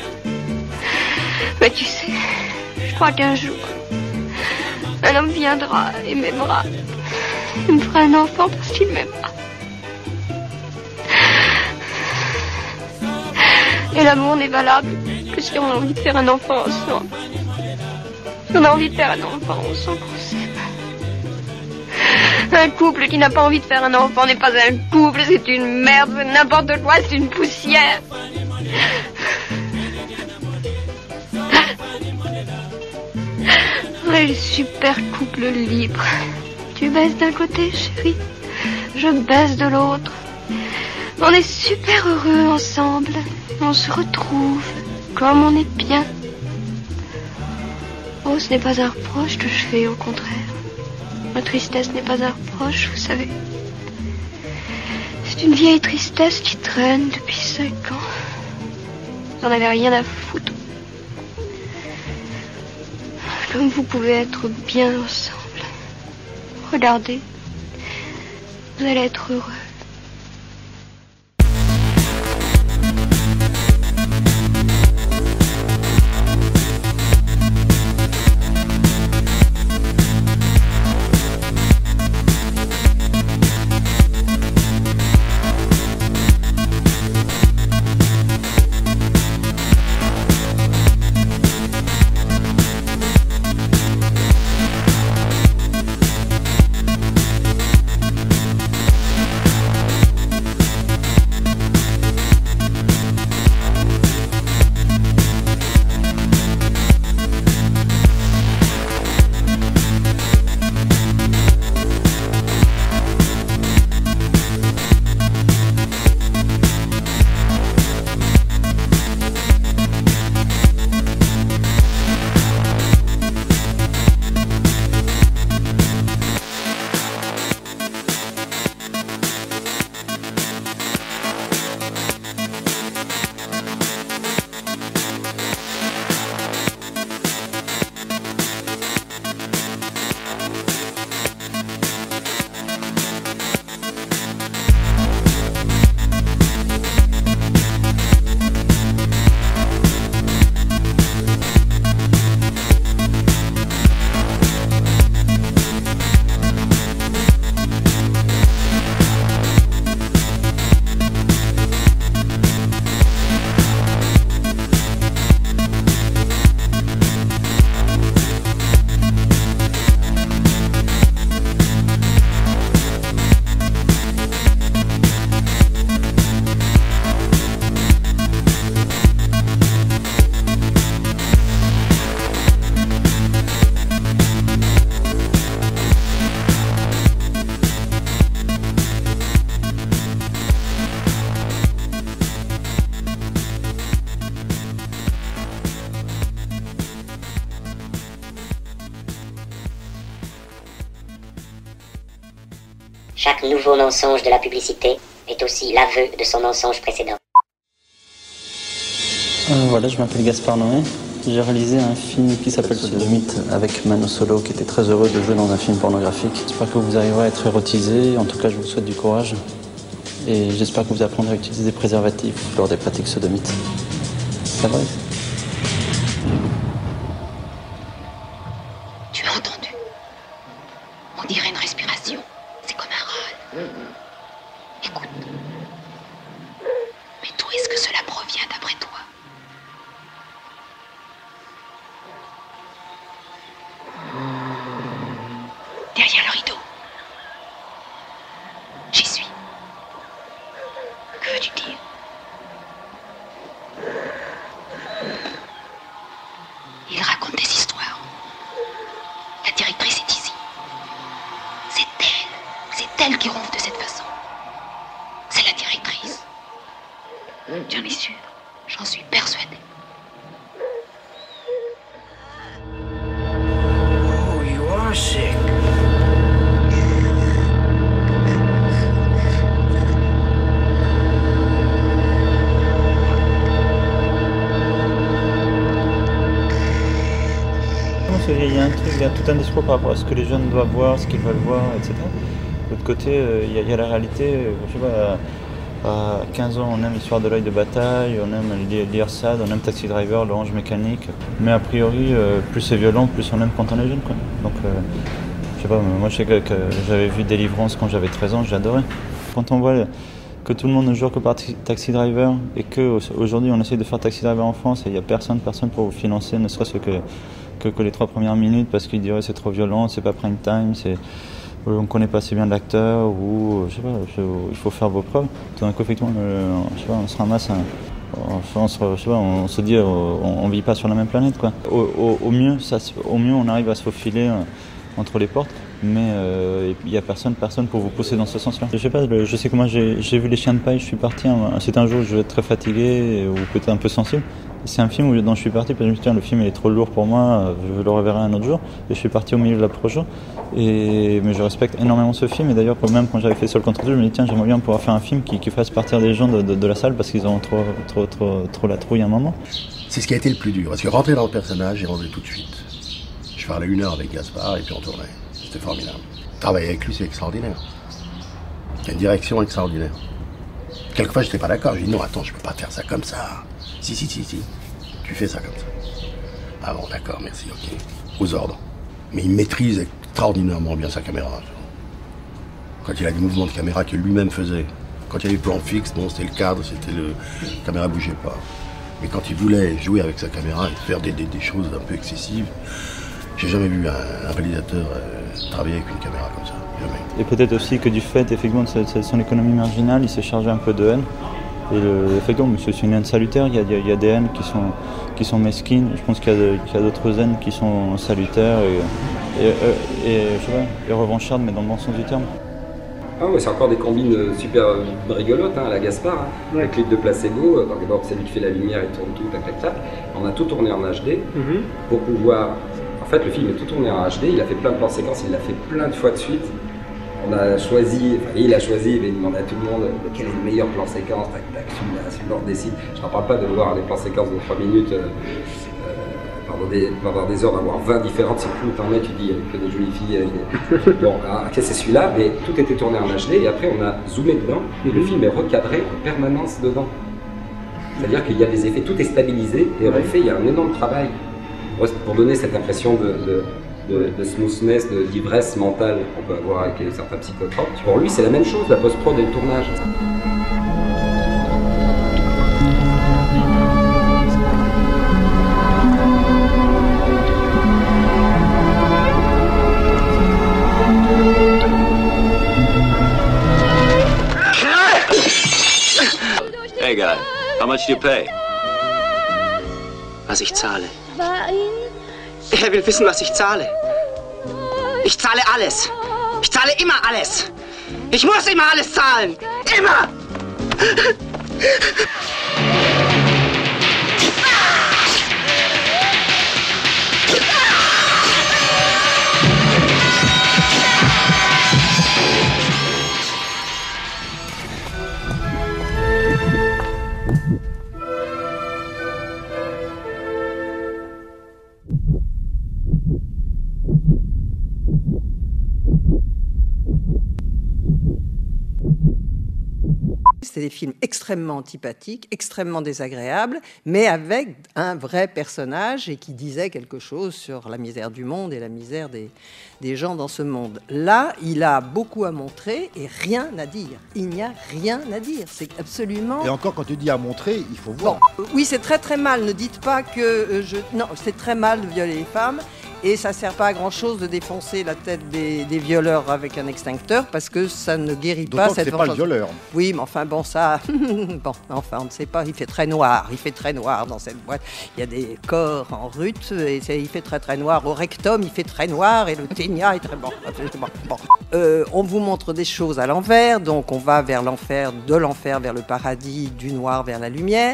Mais tu sais, je crois qu'un jour, un homme viendra et m'aimera. Il me fera un enfant parce qu'il m'aimera. Et l'amour n'est valable que si on a envie de faire un enfant ensemble. Si on a envie de faire un enfant, on sent qu'on s'aime. Un couple qui n'a pas envie de faire un enfant n'est pas un couple, c'est une merde, c'est n'importe quoi, c'est une poussière. Les super couple libre. Tu baisses d'un côté, chérie, je baisse de l'autre. On est super heureux ensemble. On se retrouve comme on est bien. Oh, ce n'est pas un reproche que je fais, au contraire. Ma tristesse n'est pas un reproche, vous savez. C'est une vieille tristesse qui traîne depuis 5 ans. J'en avais rien à foutre. Comme vous pouvez être bien ensemble. Regardez. Vous allez être heureux. Chaque nouveau mensonge de la publicité est aussi l'aveu de son mensonge précédent. Voilà, je m'appelle Gaspard Noé. J'ai réalisé un film qui s'appelle Sodomite avec Mano Solo, qui était très heureux de jouer dans un film pornographique. J'espère que vous arriverez à être érotisé. En tout cas, je vous souhaite du courage. Et j'espère que vous apprendrez à utiliser des préservatifs lors des pratiques sodomites. Ça va? Tu as entendu? On dirait une respiration. C'est comme un râle. Écoute. Mais d'où est-ce que cela provient d'après toi? Derrière le rideau. J'y suis. Que veux-tu dire? Il raconte des histoires. La directrice est ici. C'est elle qui ronfle de cette façon. C'est la directrice. J'en ai sûr. J'en suis persuadée. Oh, you are sick. Il y a un truc, il y a tout un discours par rapport à ce que les jeunes doivent voir, ce qu'ils veulent voir, etc. De l'autre côté, il y a la réalité, je sais pas, à 15 ans, on aime l'histoire de l'œil de bataille, on aime lire ça, on aime Taxi Driver, l'Orange Mécanique. Mais a priori, plus c'est violent, plus on aime quand on est jeune, quoi. Donc, je sais pas, moi je sais que j'avais vu Délivrance quand j'avais 13 ans, j'adorais. Quand on voit que tout le monde ne joue que par Taxi Driver et qu'aujourd'hui on essaie de faire Taxi Driver en France et il n'y a personne pour vous financer, ne serait-ce que les 3 premières minutes parce qu'ils diraient c'est trop violent, c'est pas prime time, on ne connaît pas assez bien l'acteur ou je sais pas, il faut faire vos preuves. Tout d'un coup effectivement, je sais pas, on se ramasse, on se dit on vit pas sur la même planète, quoi. Au mieux on arrive à se faufiler entre les portes, mais il n'y a personne pour vous pousser dans ce sens-là. Je sais pas, je sais comment j'ai vu Les Chiens de Paille, je suis parti, c'était un jour où je vais être très fatigué ou peut-être un peu sensible. C'est un film dont je suis parti parce que je me suis dit tiens, le film il est trop lourd pour moi, je le reverrai un autre jour. Et je suis parti au milieu de la projo. Mais je respecte énormément ce film et d'ailleurs même quand j'avais fait Seul contre Dieu, je me dis tiens, j'aimerais bien pouvoir faire un film qui fasse partir des gens de la salle parce qu'ils ont trop la trouille à un moment. C'est ce qui a été le plus dur, parce que rentrer dans le personnage, j'ai rentré tout de suite. Je parlais 1 heure avec Gaspard et puis on tournait. C'était formidable. Travailler avec lui, c'est extraordinaire. Il y a une direction extraordinaire. Quelquefois, j'étais pas d'accord. Je dis non, attends, je peux pas faire ça comme ça. Si. Tu fais ça comme ça. Ah bon, d'accord, merci, ok. Aux ordres. Mais il maîtrise extraordinairement bien sa caméra. Quand il a des mouvements de caméra que lui-même faisait. Quand il y avait des plans fixes, bon, c'était le cadre, la caméra bougeait pas. Mais quand il voulait jouer avec sa caméra et faire des choses un peu excessives, j'ai jamais vu un réalisateur travailler avec une caméra comme ça. Jamais. Et peut-être aussi que du fait, effectivement, de son économie marginale, il s'est chargé un peu de haine. Et effectivement, c'est une haine salutaire. Il y a des haines qui sont mesquines. Je pense qu'il y a d'autres haines qui sont salutaires et revanchardes, mais dans le bon sens du terme. Ah ouais, c'est encore des combines super rigolotes à la Gaspard. Le clip de Placebo, d'abord c'est lui qui fait la lumière, il tourne tout, tac. On a tout tourné en HD pour pouvoir... En fait, le film est tout tourné en HD, il a fait plein de plans séquences, il l'a fait plein de fois de suite. Il a choisi, il demandait à tout le monde quel est le meilleur plan séquence, tac, celui-là on décide. Je ne parle pas de voir des plans séquences de 3 minutes pendant des heures, d'avoir 20 différentes, c'est plus où t'en es, tu dis, il y a que des jolies filles. Bon, ok, c'est celui-là, mais tout était tourné en HD et après on a zoomé dedans et le film est recadré en permanence dedans. C'est-à-dire qu'il y a des effets, tout est stabilisé et en fait il y a un énorme travail pour donner cette impression de smoothness, d'ivresse mentale qu'on peut avoir avec certains psychotropes. Pour lui, c'est la même chose, la post-prod et le tournage. Hey guy, how much do you pay? Was ich zahle. Er will wissen, was ich zahle. Ich zahle alles. Ich zahle immer alles. Ich muss immer alles zahlen. Immer! c'était des films extrêmement antipathiques, extrêmement désagréables, mais avec un vrai personnage et qui disait quelque chose sur la misère du monde et la misère des gens dans ce monde. Là, il a beaucoup à montrer et rien à dire. Il n'y a rien à dire. C'est absolument... Et encore, quand tu dis à montrer, il faut voir. Bon, oui, c'est très très mal. Ne dites pas que Non, c'est très mal de violer les femmes. Et ça ne sert pas à grand-chose de défoncer la tête des violeurs avec un extincteur parce que ça ne guérit pas cette vengeance. C'est pas le violeur. Oui, mais enfin, bon, ça... bon, enfin, on ne sait pas. Il fait très noir. Il fait très noir dans cette boîte. Il y a des corps en rut et il fait très très noir. Au rectum, il fait très noir et le ténia est très... Bon. On vous montre des choses à l'envers. Donc, on va vers l'enfer, de l'enfer vers le paradis, du noir vers la lumière,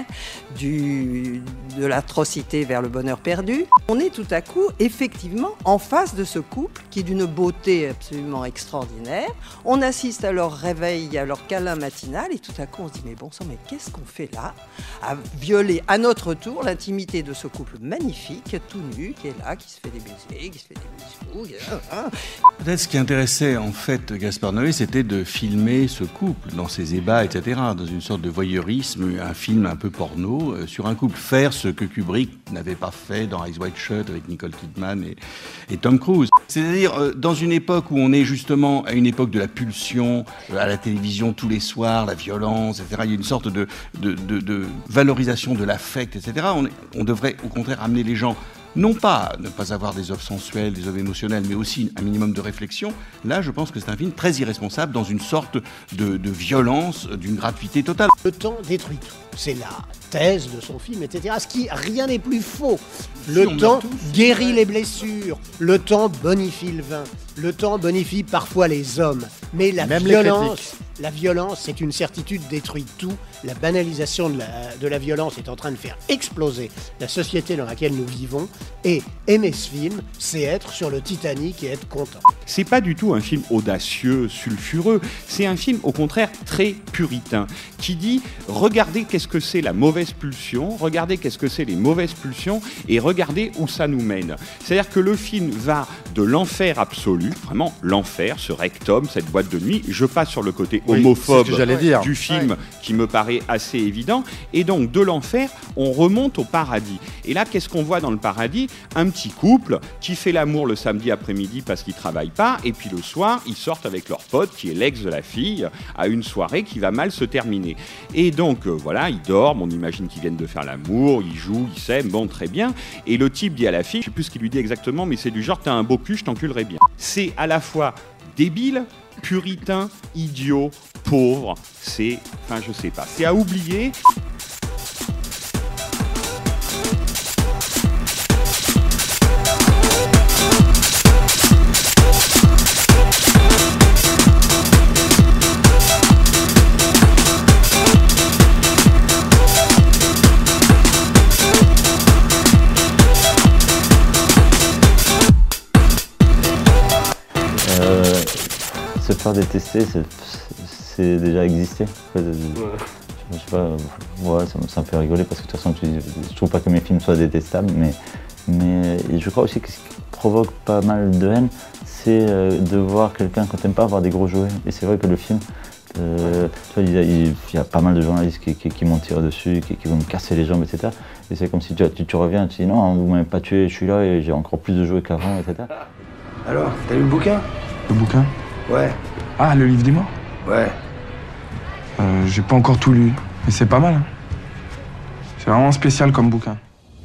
de l'atrocité vers le bonheur perdu. On est tout à coup, effectivement, en face de ce couple qui est d'une beauté absolument extraordinaire. On assiste à leur réveil, à leur câlin matinal et tout à coup on se dit mais bon sang, mais qu'est-ce qu'on fait là à violer à notre tour l'intimité de ce couple magnifique, tout nu, qui est là, qui se fait des baisers, qui se fait des bisous. Peut-être ce qui intéressait en fait Gaspard Noé, c'était de filmer ce couple dans ses ébats, etc., dans une sorte de voyeurisme, un film un peu porno sur un couple. Faire ce que Kubrick n'avait pas fait dans Eyes Wide Shut avec Nicole Kidman et Tom Cruise. C'est-à-dire dans une époque où on est justement à une époque de la pulsion, à la télévision tous les soirs, la violence, etc. Il y a une sorte de valorisation de l'affect, etc. On devrait au contraire amener les gens non pas ne pas avoir des œuvres sensuelles, des œuvres émotionnelles, mais aussi un minimum de réflexion. Là, je pense que c'est un film très irresponsable dans une sorte de violence, d'une gratuité totale. Le temps détruit tout. C'est la thèse de son film, etc. Ce qui, rien n'est plus faux. Le temps guérit les blessures. Le temps bonifie le vin. Le temps bonifie parfois les hommes. Mais la violence, c'est une certitude, détruit tout. La banalisation de la violence est en train de faire exploser la société dans laquelle nous vivons. Et aimer ce film, c'est être sur le Titanic et être content. C'est pas du tout un film audacieux, sulfureux. C'est un film, au contraire, très puritain, qui dit « Regardez qu'est-ce que c'est la mauvaise pulsion, regardez qu'est-ce que c'est les mauvaises pulsions, et regardez où ça nous mène. » C'est-à-dire que le film va de l'enfer absolu, vraiment l'enfer, ce rectum, cette boîte de nuit. Je passe sur le côté homophobe du film qui me paraît assez évident. Et donc, de l'enfer, on remonte au paradis. Et là, qu'est-ce qu'on voit dans le paradis ? Un petit couple qui fait l'amour le samedi après-midi parce qu'ils ne travaillent pas. Et puis le soir, ils sortent avec leur pote, qui est l'ex de la fille, à une soirée qui va mal se terminer. Et donc, voilà, ils dorment, on imagine qu'ils viennent de faire l'amour, ils jouent, ils s'aiment, bon, très bien. Et le type dit à la fille, je ne sais plus ce qu'il lui dit exactement, mais c'est du genre, t'as un beau cul, je t'enculerai bien. C'est à la fois débile, puritain, idiot, pauvre, c'est, enfin je sais pas, c'est à oublier. Se faire détester, c'est déjà existé. Je sais pas, ça me fait rigoler parce que de toute façon, je trouve pas que mes films soient détestables, mais je crois aussi que ce qui provoque pas mal de haine, c'est de voir quelqu'un qu'on t'aime pas avoir des gros jouets. Et c'est vrai que le film, tu vois, il y a pas mal de journalistes qui m'ont tiré dessus, qui vont me casser les jambes, etc. Et c'est comme si tu reviens, tu dis non, vous m'avez pas tué, je suis là et j'ai encore plus de jouets qu'avant, etc. Alors, t'as lu le bouquin ? Le bouquin ? Ouais. Ah, le livre des morts ? Ouais. J'ai pas encore tout lu, mais c'est pas mal. Hein. C'est vraiment spécial comme bouquin.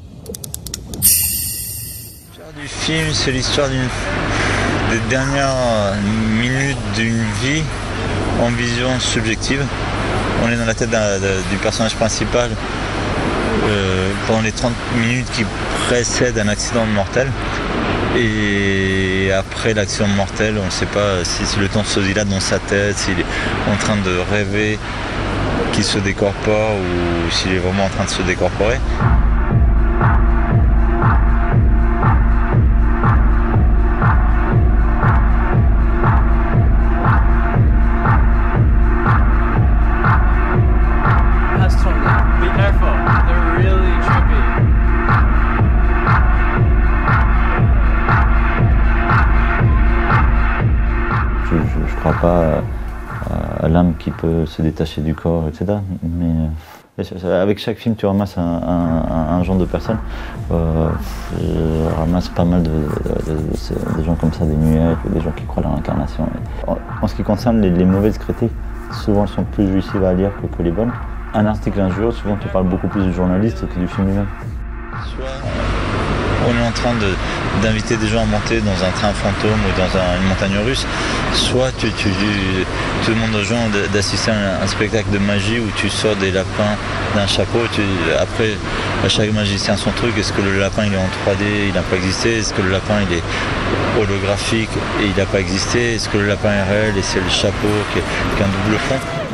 L'histoire du film, c'est l'histoire des dernières minutes d'une vie en vision subjective. On est dans la tête du personnage principal pendant les 30 minutes qui précèdent un accident mortel. Et après l'accident mortel, on ne sait pas si le temps se dilate dans sa tête, s'il est en train de rêver qu'il se décorpore ou s'il est vraiment en train de se décorporer. Je crois pas à l'âme qui peut se détacher du corps, etc. Mais avec chaque film, tu ramasses un genre de personne. Je ramasse pas mal de gens comme ça, des muettes, des gens qui croient à l'incarnation. En ce qui concerne les mauvaises critiques, souvent elles sont plus jouissives à lire que les bonnes. Un article un jour, souvent tu parles beaucoup plus du journaliste que du film lui-même. On est en train d'inviter des gens à monter dans un train fantôme ou dans une montagne russe. Soit tu demandes aux gens d'assister à un spectacle de magie où tu sors des lapins d'un chapeau. Après, à chaque magicien son truc. Est-ce que le lapin il est en 3D, il n'a pas existé? Est-ce que le lapin il est holographique et il n'a pas existé? Est-ce que le lapin est réel et c'est le chapeau qui a un double fond?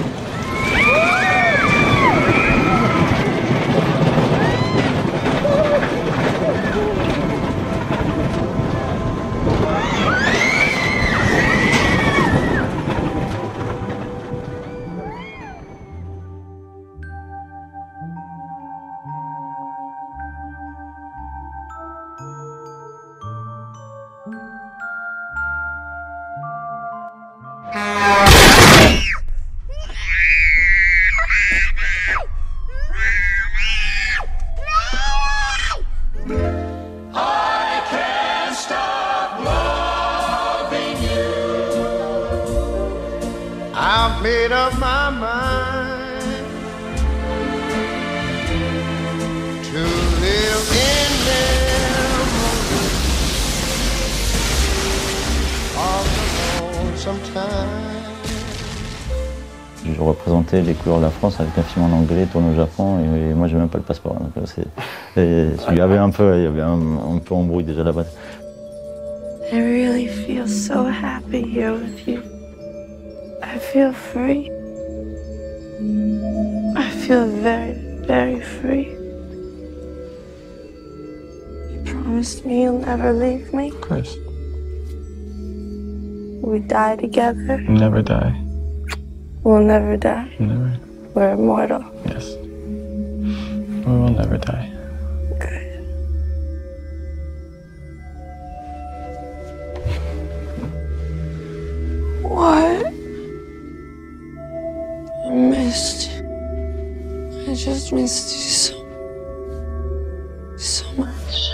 I've made up my mind to live in memory of the lonesome time. Je représentais les couleurs de la France avec un film en anglais tourné au Japon et moi j'ai même pas le passeport. Donc il y avait un peu embrouille déjà là-bas. I really feel so happy here with you. I feel free. I feel very, very free. You promised me you'll never leave me. Of course. We die together. Never die. We'll never die. Never. We're immortal. Yes. We will never die. What? I missed you. I just missed you so much.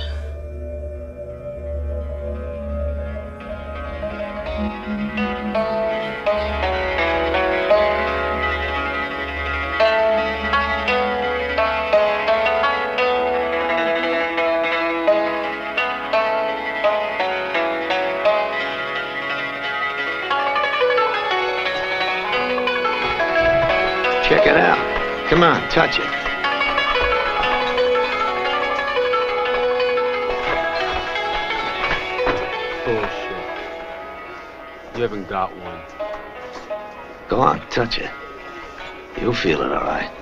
Check it out. Come on, touch it. Bullshit. You haven't got one. Go on, touch it. You'll feel it, all right.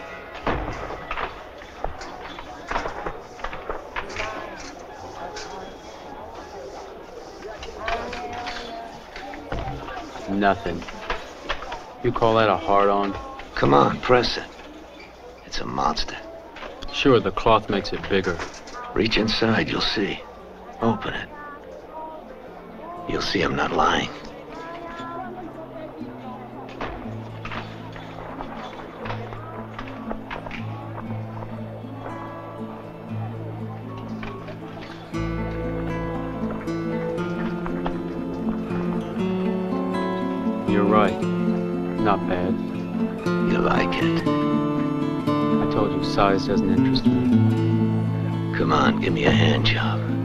Nothing. You call that a hard-on? Come on, press it. It's a monster. Sure, the cloth makes it bigger. Reach inside, you'll see. Open it. You'll see I'm not lying. You're right. Not bad. You like it? I told you size doesn't interest me. Come on, give me a hand job.